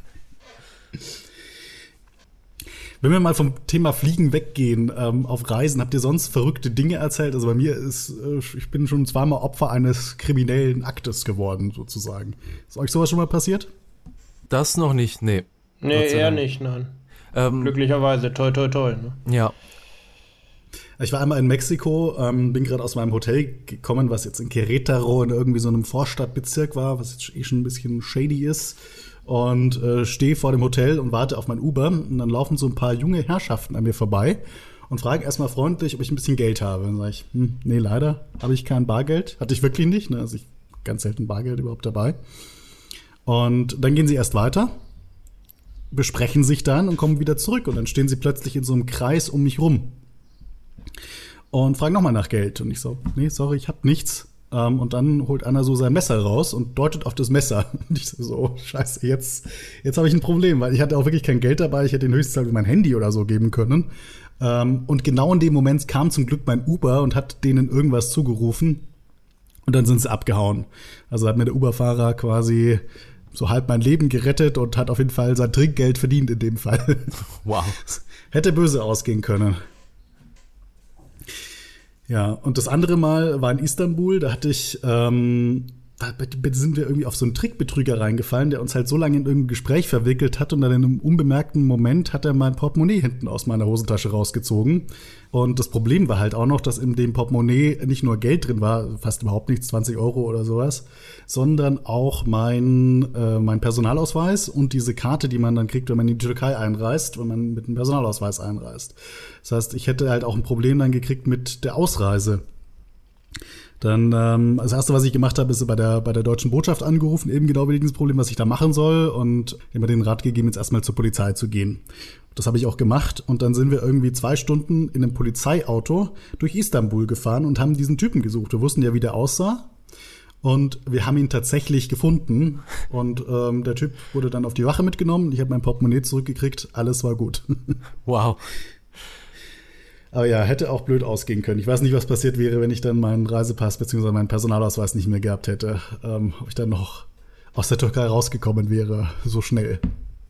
Wenn wir mal vom Thema Fliegen weggehen, auf Reisen, habt ihr sonst verrückte Dinge erzählt? Also bei mir ich bin schon zweimal Opfer eines kriminellen Aktes geworden, sozusagen. Ist euch sowas schon mal passiert? Das noch nicht, nee. Nee, eher nicht, nein. Glücklicherweise, toi, toi, toi. Ne? Ja. Ich war einmal in Mexiko, bin gerade aus meinem Hotel gekommen, was jetzt in Querétaro in irgendwie so einem Vorstadtbezirk war, was jetzt schon ein bisschen shady ist. Und stehe vor dem Hotel und warte auf mein Uber. Und dann laufen so ein paar junge Herrschaften an mir vorbei und fragen erstmal freundlich, ob ich ein bisschen Geld habe. Dann sage ich, nee, leider habe ich kein Bargeld. Hatte ich wirklich nicht. Ne? Also ich ganz selten Bargeld überhaupt dabei. Und dann gehen sie erst weiter, besprechen sich dann und kommen wieder zurück. Und dann stehen sie plötzlich in so einem Kreis um mich rum und fragen nochmal nach Geld. Und ich so, nee, sorry, ich hab nichts. Und dann holt einer so sein Messer raus und deutet auf das Messer. Und ich so, scheiße, jetzt habe ich ein Problem, weil ich hatte auch wirklich kein Geld dabei. Ich hätte den höchstens halt mein Handy oder so geben können. Und genau in dem Moment kam zum Glück mein Uber und hat denen irgendwas zugerufen. Und dann sind sie abgehauen. Also hat mir der Uber-Fahrer quasi so halb mein Leben gerettet und hat auf jeden Fall sein Trinkgeld verdient in dem Fall. Wow. Hätte böse ausgehen können. Ja, und das andere Mal war in Istanbul, da hatte ich, da sind wir irgendwie auf so einen Trickbetrüger reingefallen, der uns halt so lange in irgendein Gespräch verwickelt hat und dann in einem unbemerkten Moment hat er mein Portemonnaie hinten aus meiner Hosentasche rausgezogen. Und das Problem war halt auch noch, dass in dem Portemonnaie nicht nur Geld drin war, fast überhaupt nichts, 20 Euro oder sowas, sondern auch mein Personalausweis und diese Karte, die man dann kriegt, wenn man in die Türkei einreist, wenn man mit einem Personalausweis einreist. Das heißt, ich hätte halt auch ein Problem dann gekriegt mit der Ausreise. Dann, das erste, was ich gemacht habe, ist bei der deutschen Botschaft angerufen, eben genau wegen dieses Problem, was ich da machen soll, und mir den Rat gegeben, jetzt erstmal zur Polizei zu gehen. Das habe ich auch gemacht, und dann sind wir irgendwie 2 Stunden in einem Polizeiauto durch Istanbul gefahren und haben diesen Typen gesucht. Wir wussten ja, wie der aussah, und wir haben ihn tatsächlich gefunden, und der Typ wurde dann auf die Wache mitgenommen, ich habe mein Portemonnaie zurückgekriegt, alles war gut. Wow. Aber ja, hätte auch blöd ausgehen können. Ich weiß nicht, was passiert wäre, wenn ich dann meinen Reisepass bzw. meinen Personalausweis nicht mehr gehabt hätte. Ob ich dann noch aus der Türkei rausgekommen wäre, so schnell.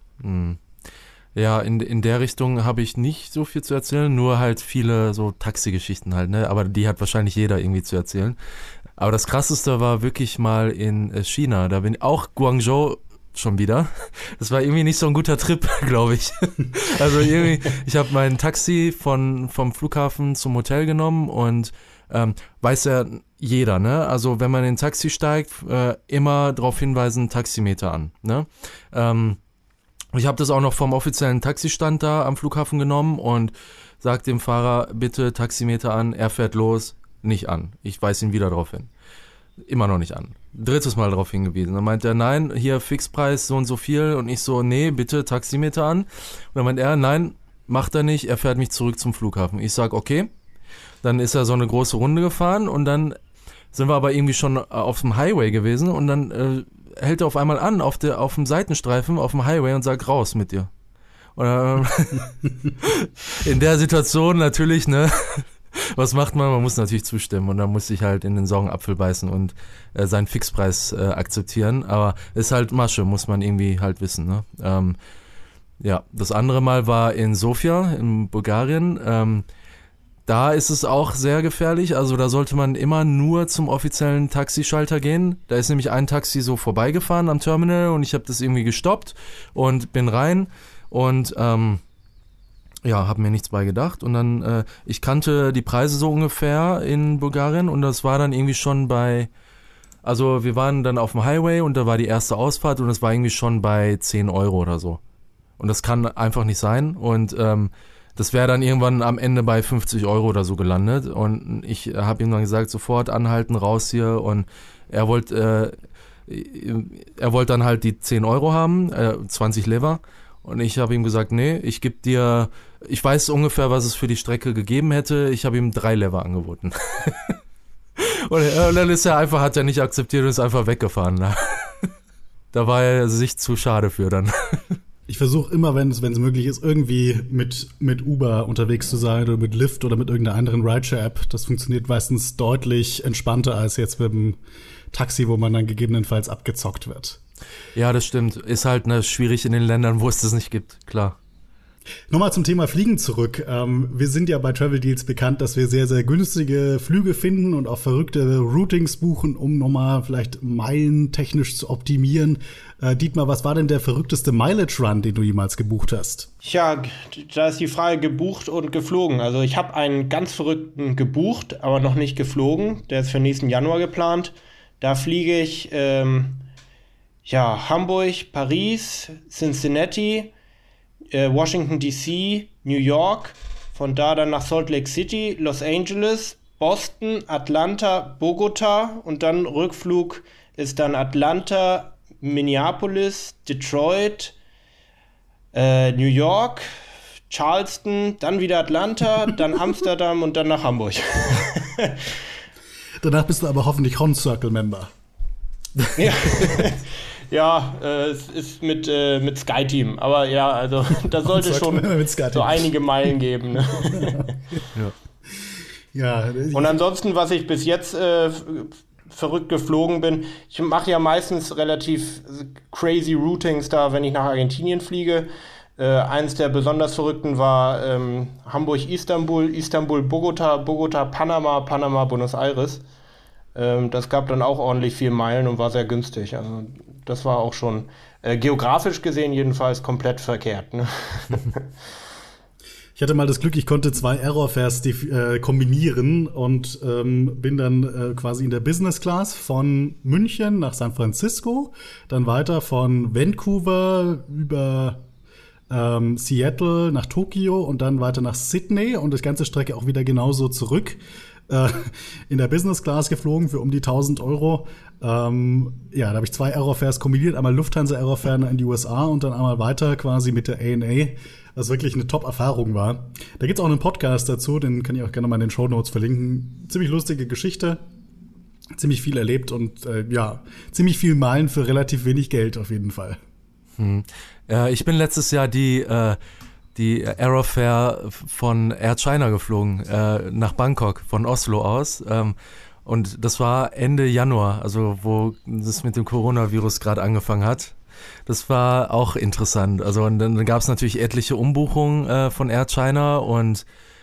Ja, in der Richtung habe ich nicht so viel zu erzählen, nur halt viele so Taxigeschichten halt, ne? Aber die hat wahrscheinlich jeder irgendwie zu erzählen. Aber das Krasseste war wirklich mal in China. Da bin ich auch Guangzhou schon wieder. Das war irgendwie nicht so ein guter Trip, glaube ich. Also irgendwie, ich habe mein Taxi vom Flughafen zum Hotel genommen und weiß ja jeder, ne? Also wenn man in ein Taxi steigt, immer darauf hinweisen, Taximeter an, ne? Ich habe das auch noch vom offiziellen Taxistand da am Flughafen genommen und sag dem Fahrer, bitte Taximeter an, er fährt los, nicht an. Ich weise ihn wieder drauf hin. Immer noch nicht an. 3. Mal darauf hingewiesen. Dann meint er, nein, hier Fixpreis so und so viel. Und ich so, nee, bitte Taximeter an. Und dann meint er, nein, macht er nicht, er fährt mich zurück zum Flughafen. Ich sag, okay. Dann ist er so eine große Runde gefahren und dann sind wir aber irgendwie schon auf dem Highway gewesen und dann hält er auf einmal an auf dem Seitenstreifen auf dem Highway und sagt, raus mit dir. Und in der Situation natürlich, ne, was macht man? Man muss natürlich zustimmen und dann muss ich halt in den sauren Apfel beißen und seinen Fixpreis akzeptieren. Aber ist halt Masche, muss man irgendwie halt wissen. Ne? Ja, das andere Mal war in Sofia in Bulgarien. Da ist es auch sehr gefährlich, also da sollte man immer nur zum offiziellen Taxischalter gehen. Da ist nämlich ein Taxi so vorbeigefahren am Terminal und ich habe das irgendwie gestoppt und bin rein und habe mir nichts bei gedacht. Und dann, ich kannte die Preise so ungefähr in Bulgarien und das war dann irgendwie schon also wir waren dann auf dem Highway und da war die erste Ausfahrt und das war irgendwie schon bei 10 Euro oder so. Und das kann einfach nicht sein und das wäre dann irgendwann am Ende bei 50 Euro oder so gelandet und ich habe ihm dann gesagt, sofort anhalten, raus hier und er wollte dann halt die 10 Euro haben, 20 Lever und ich habe ihm gesagt, nee, ich weiß ungefähr, was es für die Strecke gegeben hätte, ich habe ihm 3 Lever angeboten. und dann hat er nicht akzeptiert und ist einfach weggefahren. Da war er sich zu schade für dann. Ich versuche immer, wenn es möglich ist, irgendwie mit Uber unterwegs zu sein oder mit Lyft oder mit irgendeiner anderen Rideshare-App. Das funktioniert meistens deutlich entspannter als jetzt mit dem Taxi, wo man dann gegebenenfalls abgezockt wird. Ja, das stimmt. Ist halt schwierig in den Ländern, wo es das nicht gibt, klar. Nochmal zum Thema Fliegen zurück. Wir sind ja bei Travel Deals bekannt, dass wir sehr, sehr günstige Flüge finden und auch verrückte Routings buchen, um nochmal vielleicht meilentechnisch zu optimieren. Dietmar, was war denn der verrückteste Mileage-Run, den du jemals gebucht hast? Ja, da ist die Frage gebucht und geflogen. Also ich habe einen ganz verrückten gebucht, aber noch nicht geflogen. Der ist für nächsten Januar geplant. Da fliege ich Hamburg, Paris, Cincinnati, Washington DC, New York, von da dann nach Salt Lake City, Los Angeles, Boston, Atlanta, Bogota und dann Rückflug ist dann Atlanta, Minneapolis, Detroit, New York, Charleston, dann wieder Atlanta, dann Amsterdam und dann nach Hamburg. Danach bist du aber hoffentlich Ron Circle-Member. Ja. Ja, es ist mit SkyTeam, aber ja, also da sollte schon so einige Meilen geben. Ne? Ja. Und ansonsten, was ich bis jetzt verrückt geflogen bin, ich mache ja meistens relativ crazy Routings da, wenn ich nach Argentinien fliege. Eins der besonders verrückten war Hamburg-Istanbul, Istanbul-Bogota, Bogota-Panama, Panama-Buenos Aires. Das gab dann auch ordentlich 4 Meilen und war sehr günstig. Also das war auch schon geografisch gesehen jedenfalls komplett verkehrt. Ne? Ich hatte mal das Glück, ich konnte 2 Aerofares kombinieren und bin dann quasi in der Business Class von München nach San Francisco, dann weiter von Vancouver über Seattle nach Tokio und dann weiter nach Sydney und das ganze Strecke auch wieder genauso zurück. In der Business Class geflogen für um die 1.000 Euro. Da habe ich 2 Aerofares kombiniert, einmal Lufthansa Aerofare in die USA und dann einmal weiter quasi mit der ANA, was wirklich eine Top-Erfahrung war. Da gibt's auch einen Podcast dazu, den kann ich auch gerne mal in den Shownotes verlinken. Ziemlich lustige Geschichte, ziemlich viel erlebt und ziemlich viel Meilen für relativ wenig Geld auf jeden Fall. Ich bin letztes Jahr die Aerofare von Air China geflogen, nach Bangkok, von Oslo aus. Und das war Ende Januar, also wo das mit dem Coronavirus gerade angefangen hat. Das war auch interessant. Also und dann gab es natürlich etliche Umbuchungen von Air China und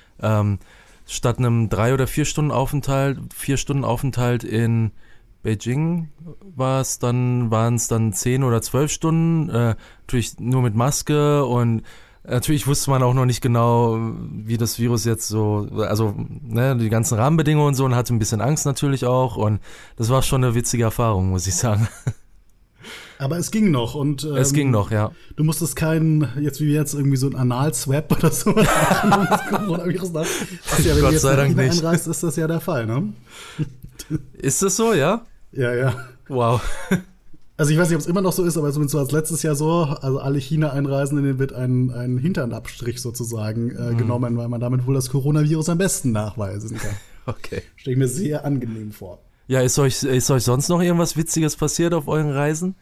statt einem 3 oder 4 Stunden Aufenthalt in Beijing waren es dann 10 oder 12 Stunden, natürlich nur mit Maske und natürlich wusste man auch noch nicht genau, wie das Virus jetzt so, also die ganzen Rahmenbedingungen und so und hatte ein bisschen Angst natürlich auch und das war schon eine witzige Erfahrung, muss ich sagen. Aber es ging noch und es ging noch, ja. Du musstest jetzt wie jetzt irgendwie so ein Anal-Swap oder so machen, um das Coronavirus nach. Ja, wenn Gott du jetzt sei Dank nicht. Einreist, ist das ja der Fall, ne? Ist das so, ja? Ja. Wow. Also ich weiß nicht, ob es immer noch so ist, aber zumindest war es letztes Jahr so, also alle China-Einreisenden wird ein Hinternabstrich sozusagen genommen, weil man damit wohl das Coronavirus am besten nachweisen kann. Okay. Stelle ich mir sehr angenehm vor. Ja, ist euch sonst noch irgendwas Witziges passiert auf euren Reisen?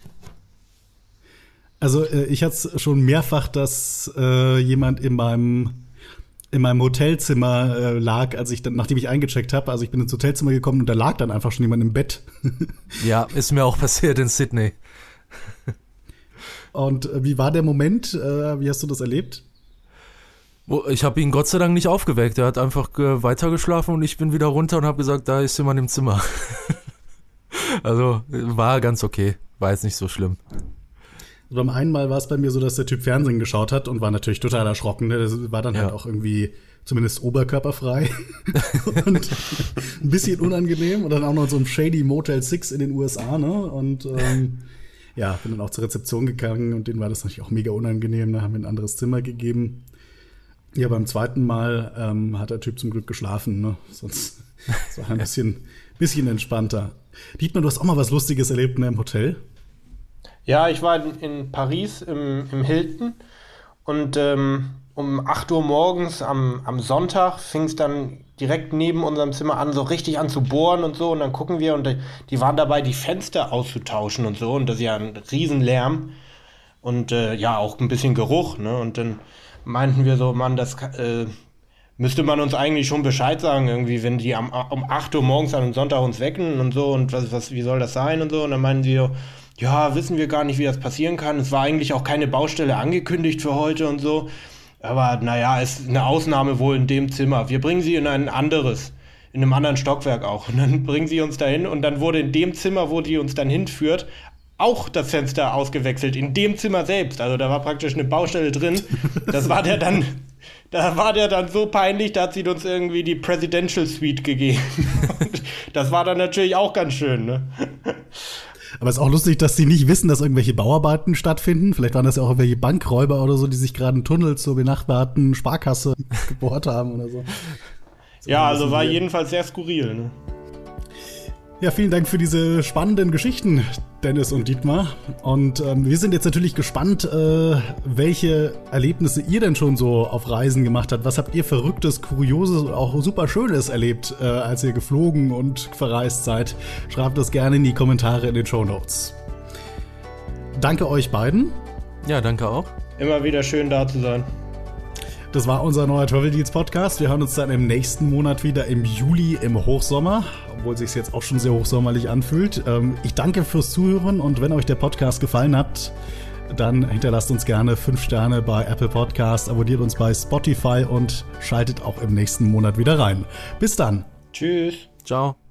Also ich hatte es schon mehrfach, dass jemand in meinem in meinem Hotelzimmer lag, nachdem ich eingecheckt habe. Also ich bin ins Hotelzimmer gekommen und da lag dann einfach schon jemand im Bett. Ja, ist mir auch passiert in Sydney. Und wie war der Moment? Wie hast du das erlebt? Ich habe ihn Gott sei Dank nicht aufgeweckt. Er hat einfach weitergeschlafen und ich bin wieder runter und habe gesagt, da ist jemand im Zimmer. Also war ganz okay. War jetzt nicht so schlimm. Beim einen Mal war es bei mir so, dass der Typ Fernsehen geschaut hat und war natürlich total erschrocken. Ne? Das war dann halt auch irgendwie zumindest oberkörperfrei und ein bisschen unangenehm. Und dann auch noch so ein shady Motel 6 in den USA. Ne? Und bin dann auch zur Rezeption gegangen und denen war das natürlich auch mega unangenehm. Da haben wir ein anderes Zimmer gegeben. Ja, beim zweiten Mal hat der Typ zum Glück geschlafen. Ne? Sonst war er ein bisschen entspannter. Dietmar, du hast auch mal was Lustiges erlebt, ne, im Hotel? Ja, ich war in Paris im Hilton und um 8 Uhr morgens am Sonntag fing es dann direkt neben unserem Zimmer an, so richtig an zu bohren und so. Und dann gucken wir und die waren dabei, die Fenster auszutauschen und so. Und das ist ja ein Riesenlärm und auch ein bisschen Geruch. Ne? Und dann meinten wir so, Mann, das müsste man uns eigentlich schon Bescheid sagen, irgendwie, wenn die um 8 Uhr morgens an einem Sonntag uns wecken und so. Und wie soll das sein und so. Und dann meinten sie so, ja, wissen wir gar nicht, wie das passieren kann. Es war eigentlich auch keine Baustelle angekündigt für heute und so. Aber naja, ist eine Ausnahme wohl in dem Zimmer. Wir bringen sie in ein anderes, in einem anderen Stockwerk auch. Und dann bringen sie uns dahin und dann wurde in dem Zimmer, wo die uns dann hinführt, auch das Fenster ausgewechselt. In dem Zimmer selbst. Also da war praktisch eine Baustelle drin. Da war der dann so peinlich, da hat sie uns irgendwie die Presidential Suite gegeben. Und das war dann natürlich auch ganz schön, ne? Aber es ist auch lustig, dass die nicht wissen, dass irgendwelche Bauarbeiten stattfinden. Vielleicht waren das ja auch irgendwelche Bankräuber oder so, die sich gerade einen Tunnel zur benachbarten Sparkasse gebohrt haben oder so. Ja, also war jedenfalls sehr skurril, ne? Ja, vielen Dank für diese spannenden Geschichten, Dennis und Dietmar. Und wir sind jetzt natürlich gespannt, welche Erlebnisse ihr denn schon so auf Reisen gemacht habt. Was habt ihr Verrücktes, Kurioses und auch super Schönes erlebt, als ihr geflogen und verreist seid? Schreibt das gerne in die Kommentare in den Shownotes. Danke euch beiden. Ja, danke auch. Immer wieder schön da zu sein. Das war unser neuer Travel Deals Podcast. Wir hören uns dann im nächsten Monat wieder im Juli im Hochsommer, obwohl es sich jetzt auch schon sehr hochsommerlich anfühlt. Ich danke fürs Zuhören und wenn euch der Podcast gefallen hat, dann hinterlasst uns gerne 5 Sterne bei Apple Podcast, abonniert uns bei Spotify und schaltet auch im nächsten Monat wieder rein. Bis dann. Tschüss. Ciao.